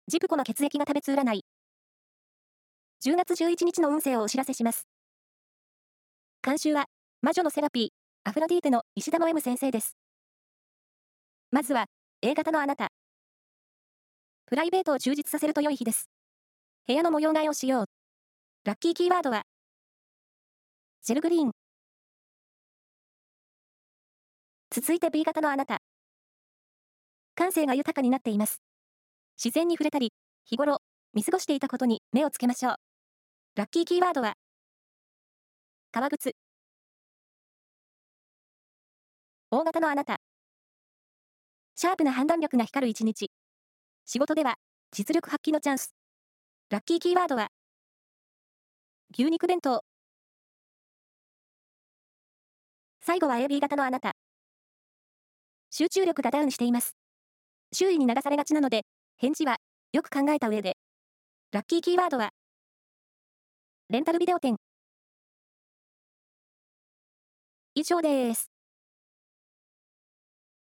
ジプコの血液が食べつ占い。10月11日の運勢をお知らせします。監修は、魔女のセラピー、アフロディーテの石田の M 先生です。まずは、A 型のあなた。プライベートを充実させると良い日です。部屋の模様替えをしよう。ラッキーキーワードは、ジェルグリーン。続いて B 型のあなた。感性が豊かになっています。自然に触れたり、日頃、見過ごしていたことに目をつけましょう。ラッキーキーワードは、革靴。大型のあなた。シャープな判断力が光る一日。仕事では、実力発揮のチャンス。ラッキーキーワードは、牛肉弁当。最後は AB 型のあなた。集中力がダウンしています。周囲に流されがちなので、返事は、よく考えた上で。ラッキーキーワードは、レンタルビデオ店。以上です。